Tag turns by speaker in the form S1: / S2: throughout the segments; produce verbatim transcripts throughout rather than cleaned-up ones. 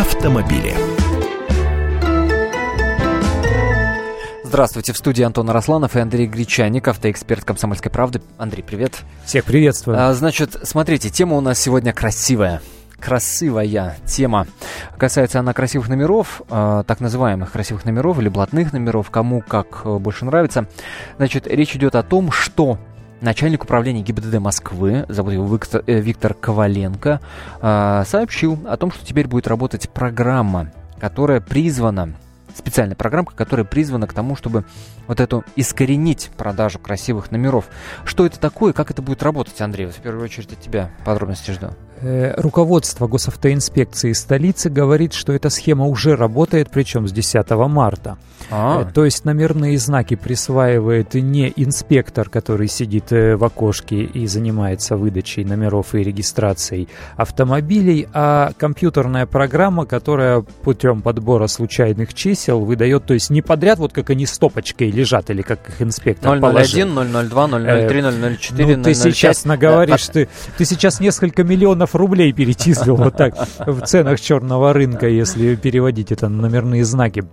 S1: автомобили.
S2: Здравствуйте, в студии Антон Арасланов и Андрей Гречаник, автоэксперт «Комсомольской правды». Андрей, привет.
S3: Всех приветствую.
S2: А, значит, смотрите, тема у нас сегодня красивая. Красивая тема. Касается она красивых номеров, э, так называемых красивых номеров или блатных номеров, кому как э, больше нравится. Значит, речь идет о том, что начальник управления ГИБДД Москвы, зовут его Виктор, э, Виктор Коваленко, э, сообщил о том, что теперь будет работать программа, которая призвана, специальная программка, которая призвана к тому, чтобы вот эту искоренить продажу красивых номеров. Что это такое, как это будет работать, Андрей? Вот в первую очередь от тебя подробности жду.
S3: Руководство госавтоинспекции столицы говорит, что эта схема уже работает, причем с десятого марта. А-а-а. То есть номерные знаки присваивает не инспектор, который сидит в окошке и занимается выдачей номеров и регистрацией автомобилей, а компьютерная программа, которая путем подбора случайных чисел выдает, то есть не подряд, вот как они стопочкой лежат, или как их инспектор положил.
S2: ноль ноль один, ноль ноль два, ноль ноль три, ноль ноль четыре,
S3: ну, ты сейчас наговоришь, ты, ты сейчас несколько миллионов рублей перечислил вот так в ценах черного рынка, если переводить это на номерные знаки.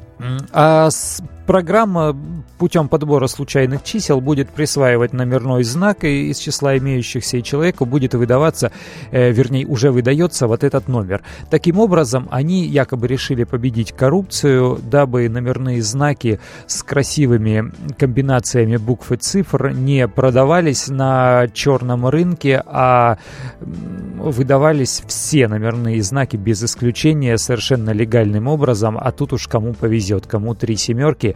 S3: А с программа путем подбора случайных чисел будет присваивать номерной знак, и из числа имеющихся, и человеку будет выдаваться, э, вернее, уже выдается вот этот номер. Таким образом, они якобы решили победить коррупцию, дабы номерные знаки с красивыми комбинациями букв и цифр не продавались на черном рынке, а выдавались все номерные знаки без исключения совершенно легальным образом, а тут уж кому повезет, кому три семерки,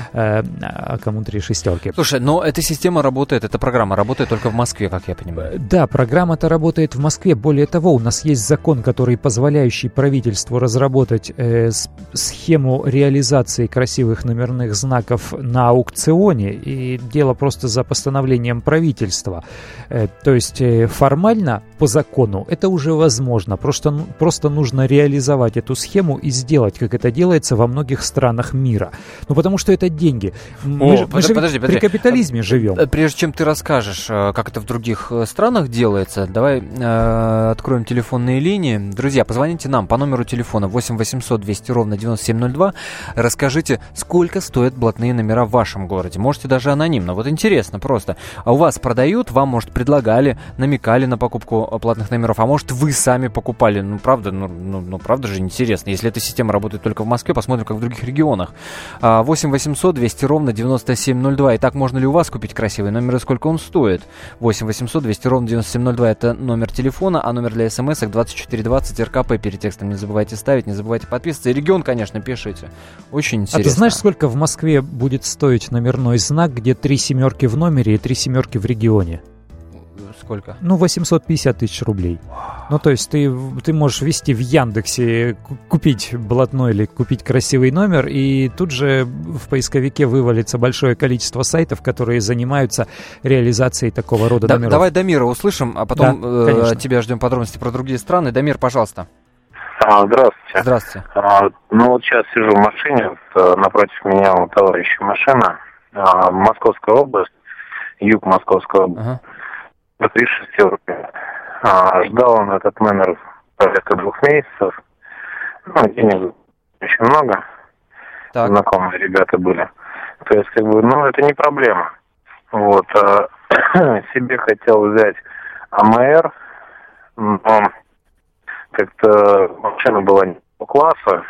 S3: а кому три шестерки.
S2: Слушай, но эта система работает, эта программа работает только в Москве, как я понимаю.
S3: Да, программа-то работает в Москве. Более того, у нас есть закон, который позволяющий правительству разработать э, схему реализации красивых номерных знаков на аукционе. И дело просто за постановлением правительства. Э, то есть э, формально, по закону, это уже возможно. Просто, просто нужно реализовать эту схему и сделать, как это делается во многих странах мира. Ну, потому что это деньги. Мы, О, же, мы подожди, же подожди, при капитализме живем.
S2: Прежде чем ты расскажешь, как это в других странах делается, давай э, откроем телефонные линии. Друзья, позвоните нам по номеру телефона восемь восемьсот двести ровно девяносто семь ноль два. Расскажите, сколько стоят блатные номера в вашем городе. Можете даже анонимно. Вот интересно просто. А у вас продают, вам, может, предлагали, намекали на покупку платных номеров, а может, вы сами покупали. Ну, правда, ну, ну, ну правда же интересно. Если эта система работает только в Москве, посмотрим, как в других регионах. восемь восемьсот двести ровно девяносто семь ноль два. Итак, можно ли у вас купить красивый номер и сколько он стоит? восемь восемьсот двести ровно девяносто семь ноль два это номер телефона, а номер для смс-ок двадцать четыре двадцать эр ка пэ перед текстом не забывайте ставить, не забывайте подписываться. И регион, конечно, пишите. Очень интересно.
S3: А ты знаешь, сколько в Москве будет стоить номерной знак, где три семерки в номере и три семерки в регионе?
S2: Сколько?
S3: Ну, восемьсот пятьдесят тысяч рублей. Ну, то есть ты, ты можешь ввести в Яндексе, купить блатной или купить красивый номер, и тут же в поисковике вывалится большое количество сайтов, которые занимаются реализацией такого рода
S2: да,
S3: номеров.
S2: Давай Дамира услышим, а потом
S3: да,
S2: э, от тебя ждем подробности про другие страны. Дамир, пожалуйста.
S4: А, здравствуйте.
S2: Здравствуйте.
S4: А, ну, вот сейчас сижу в машине, вот, напротив меня у товарища машина, а, Московская область, юг Московской области. Ага. Три шестерки. А, ждал он этот номер порядка двух месяцев. Ну, денег очень много. Так. Знакомые ребята были. То есть, как бы, ну, это не проблема. Вот. А, себе хотел взять а эм эр, но как-то машина была не по классу.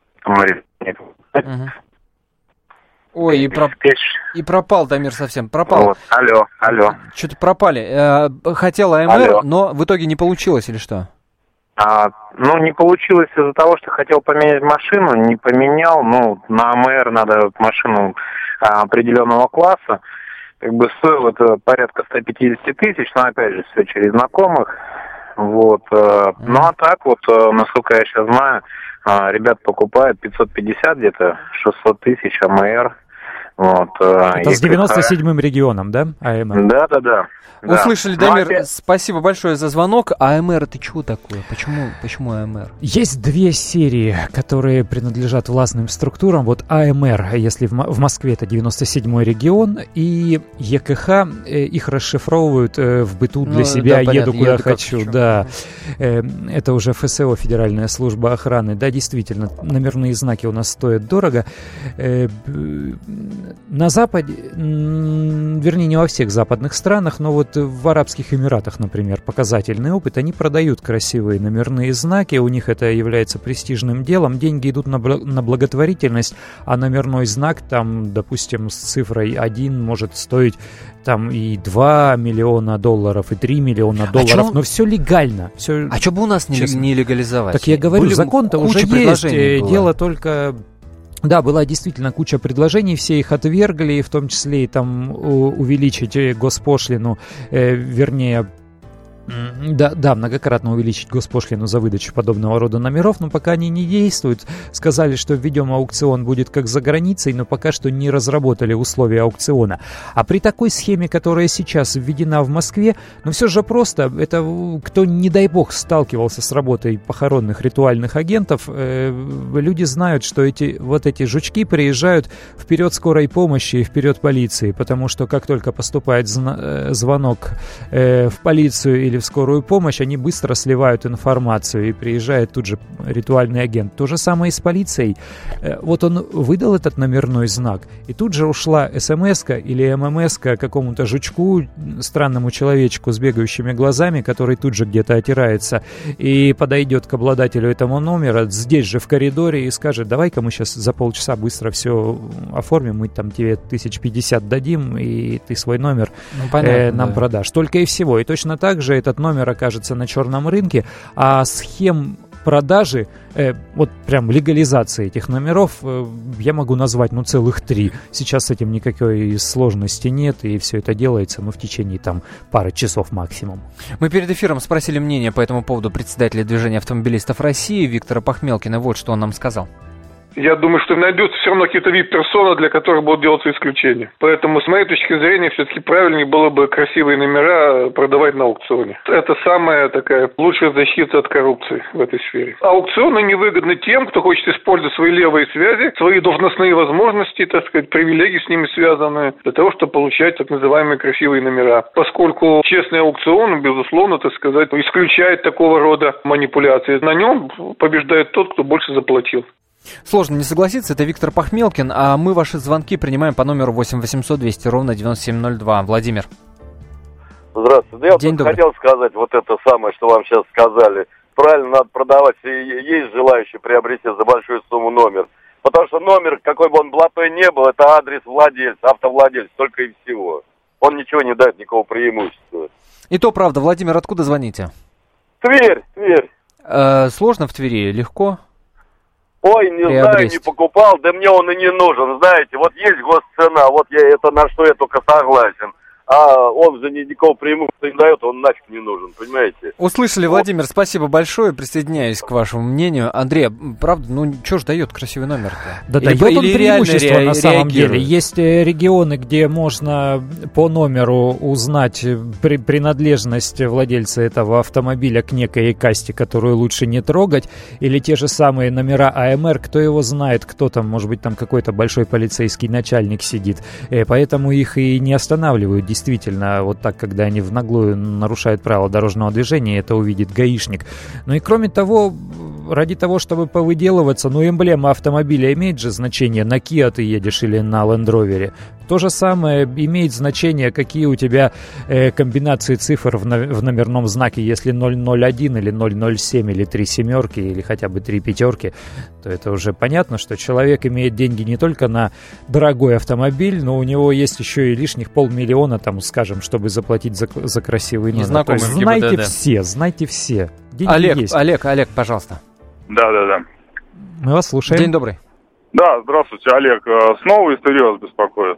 S2: Угу. Ой, и, про... и пропал, Дамир, совсем. Пропал.
S4: Вот. Алло, алло.
S2: Что-то пропали. Э, хотел а эм эр, алло. Но в итоге не получилось или что?
S4: А, ну, не получилось из-за того, что хотел поменять машину, не поменял. Ну, на а эм эр надо машину а, определенного класса. Как бы стоило это порядка сто пятьдесят тысяч, но опять же все через знакомых. Вот. Mm. Ну, а так вот, насколько я сейчас знаю, ребят покупают пятьсот пятьдесят где-то, шестьсот тысяч а эм эр. Вот,
S3: это с девяносто седьмым регионом, да, АМР?
S4: Да, да, да.
S2: Услышали, да. Дамир, опять... спасибо большое за звонок. АМР это что такое? Почему, почему АМР?
S3: Есть две серии, которые принадлежат властным структурам. Вот АМР, если в, М- в Москве это девяносто седьмой регион, и ЕКХ, э, их расшифровывают э, в быту для ну, себя, да, еду куда еду хочу. хочу. Да. Э, это уже ФСО, Федеральная служба охраны. Да, действительно, номерные знаки у нас стоят дорого. Э, на Западе, вернее, не во всех западных странах, но вот в Арабских Эмиратах, например, показательный опыт. Они продают красивые номерные знаки, у них это является престижным делом. Деньги идут на, бл- на благотворительность, а номерной знак там, допустим, с цифрой один может стоить там и два миллиона долларов, и три миллиона долларов, а но все легально. Все,
S2: а что бы у нас не, не легализовать?
S3: Так я говорю, Были закон-то уже есть, было. Дело только... Да, была действительно куча предложений, все их отвергли, в том числе и там увеличить госпошлину, э, вернее... Да, да, многократно увеличить госпошлину за выдачу подобного рода номеров, но пока они не действуют. Сказали, что введем аукцион будет как за границей, но пока что не разработали условия аукциона. А при такой схеме, которая сейчас введена в Москве, ну все же просто, это кто, не дай бог, сталкивался с работой похоронных ритуальных агентов, э, люди знают, что эти, вот эти жучки приезжают вперед скорой помощи и вперед полиции, потому что как только поступает зна- звонок э, в полицию или в скорую помощь, они быстро сливают информацию, и приезжает тут же ритуальный агент. То же самое и с полицией. Вот он выдал этот номерной знак, и тут же ушла смс-ка или ММС-ка какому-то жучку, странному человечку с бегающими глазами, который тут же где-то отирается, и подойдет к обладателю этого номера здесь же в коридоре и скажет: давай-ка мы сейчас за полчаса быстро все оформим, мы там тебе тысяч пятьдесят дадим, и ты свой номер ну, понятно, э, нам да. продашь. Только и всего. И точно так же этот номер окажется на черном рынке, а схем продажи, э, вот прям легализации этих номеров э, я могу назвать, ну, целых три. Сейчас с этим никакой сложности нет, и все это делается, ну, в течение там пары часов максимум.
S2: Мы перед эфиром спросили мнение по этому поводу председателя движения автомобилистов России Виктора Пахмелкина. Вот что он нам сказал.
S1: Я думаю, что найдутся все равно какие-то вип-персоны, для которых будут делаться исключения. Поэтому, с моей точки зрения, все-таки правильнее было бы красивые номера продавать на аукционе. Это самая такая лучшая защита от коррупции в этой сфере. Аукционы невыгодны тем, кто хочет использовать свои левые связи, свои должностные возможности, так сказать, привилегии с ними связанные, для того, чтобы получать так называемые красивые номера. Поскольку честный аукцион, безусловно, так сказать, исключает такого рода манипуляции. На нем побеждает тот, кто больше заплатил.
S2: Сложно не согласиться, это Виктор Пахмелкин, а мы ваши звонки принимаем по номеру восемь восемьсот двести ровно девяносто семь ноль два. Владимир.
S5: Здравствуйте. Да я День добрый. Хотел сказать вот это самое, что вам сейчас сказали. Правильно, надо продавать, есть желающие приобрести за большую сумму номер. Потому что номер, какой бы он блатой не был, это адрес владельца, автовладельца, только и всего. Он ничего не дает, никакого преимущества.
S2: И то правда. Владимир, откуда звоните?
S5: Тверь, Тверь.
S2: Э, сложно в Твери, легко?
S5: Ой, не знаю, не покупал, да мне он и не нужен, знаете, вот есть госцена, вот я это на что я только согласен, а он же никакого преимущества не дает, он нафиг не нужен, понимаете?
S2: Услышали, Владимир, спасибо большое, присоединяюсь к вашему мнению. Андрей, правда, ну что ж дает красивый номер-то?
S3: Да или, дает он преимущество ре- на самом деле. Есть регионы, где можно по номеру узнать при- принадлежность владельца этого автомобиля к некой касте, которую лучше не трогать, или те же самые номера АМР, кто его знает, кто там, может быть, там какой-то большой полицейский начальник сидит, поэтому их и не останавливают. Действительно, вот так, когда они в наглую нарушают правила дорожного движения, это увидит гаишник. Ну и кроме того, ради того, чтобы повыделываться, ну эмблема автомобиля имеет же значение, на Kia ты едешь или на Land Rover. То же самое имеет значение, какие у тебя э, комбинации цифр в, на, в номерном знаке. Если ноль ноль один или ноль ноль семь или три семерки или хотя бы три пятерки, то это уже понятно, что человек имеет деньги не только на дорогой автомобиль, но у него есть еще и лишних полмиллиона, там, скажем, чтобы заплатить за, за красивый номер.
S2: Незнакомый
S3: то есть знайте ГИБДД. все, знайте все. Деньги
S2: Олег,
S3: есть.
S2: Олег, Олег, пожалуйста.
S6: Да-да-да.
S3: Мы вас слушаем.
S2: День добрый.
S6: Да, здравствуйте, Олег. Снова история вас беспокоит.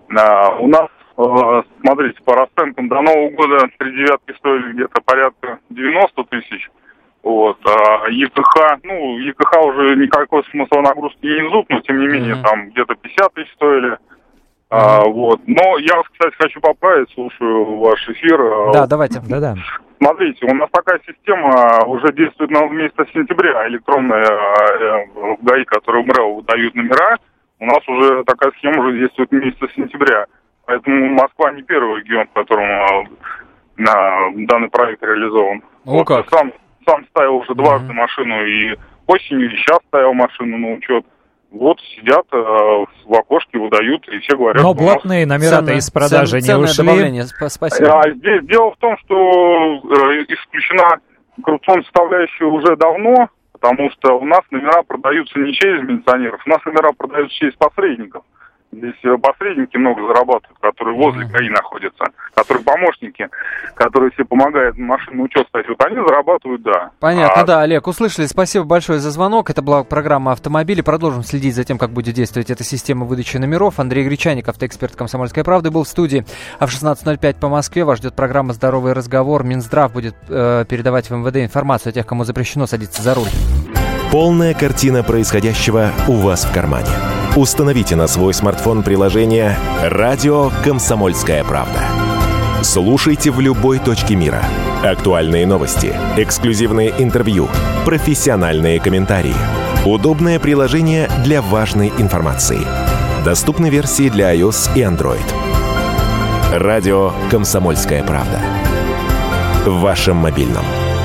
S6: У нас, смотрите, по расценкам до Нового года три девятки стоили где-то порядка девяносто тысяч. Вот. А ЕКХ, ну, ЕКХ уже никакой смысла нагрузки не несут, но тем не менее mm-hmm. там где-то пятьдесят тысяч стоили. А, вот. Но я, кстати, хочу поправить, слушаю ваш эфир.
S2: Да, давайте.
S3: Да-да.
S6: Смотрите, у нас такая система уже действует на месяца сентября, электронная в ГАИ, которые МРЭО выдают номера, у нас уже такая схема уже действует месяца сентября. Поэтому Москва не первый регион, в котором на данный проект реализован.
S2: О,
S6: вот,
S2: как?
S6: Сам, сам ставил уже дважды
S2: Mm-hmm.
S6: машину, и осенью, и сейчас ставил машину на учет. Вот сидят э, в окошке, выдают, и все говорят...
S3: Но блатные номера-то из продажи
S2: цен,
S3: не ушли.
S2: Добавление. Спасибо.
S6: А, здесь дело в том, что э, исключена коррупционная составляющая уже давно, потому что у нас номера продаются не через милиционеров, у нас номера продаются через посредников. Здесь посредники много зарабатывают, которые возле ГАИ находятся, которые помощники, которые все помогают машинный учет ставить. Вот они зарабатывают, да.
S2: Понятно,
S6: а...
S2: да, Олег, услышали. Спасибо большое за звонок. Это была программа «Автомобили». Продолжим следить за тем, как будет действовать эта система выдачи номеров. Андрей Гречаник, автоэксперт «Комсомольской правды», был в студии. А в шестнадцать ноль пять по Москве вас ждет программа «Здоровый разговор». Минздрав будет э, передавать в эм вэ дэ информацию о тех, кому запрещено садиться за руль.
S7: Полная картина происходящего у вас в кармане. Установите на свой смартфон приложение «Радио Комсомольская правда». Слушайте в любой точке мира. Актуальные новости, эксклюзивные интервью, профессиональные комментарии. Удобное приложение для важной информации. Доступны версии для iOS и Android. «Радио Комсомольская правда». В вашем мобильном.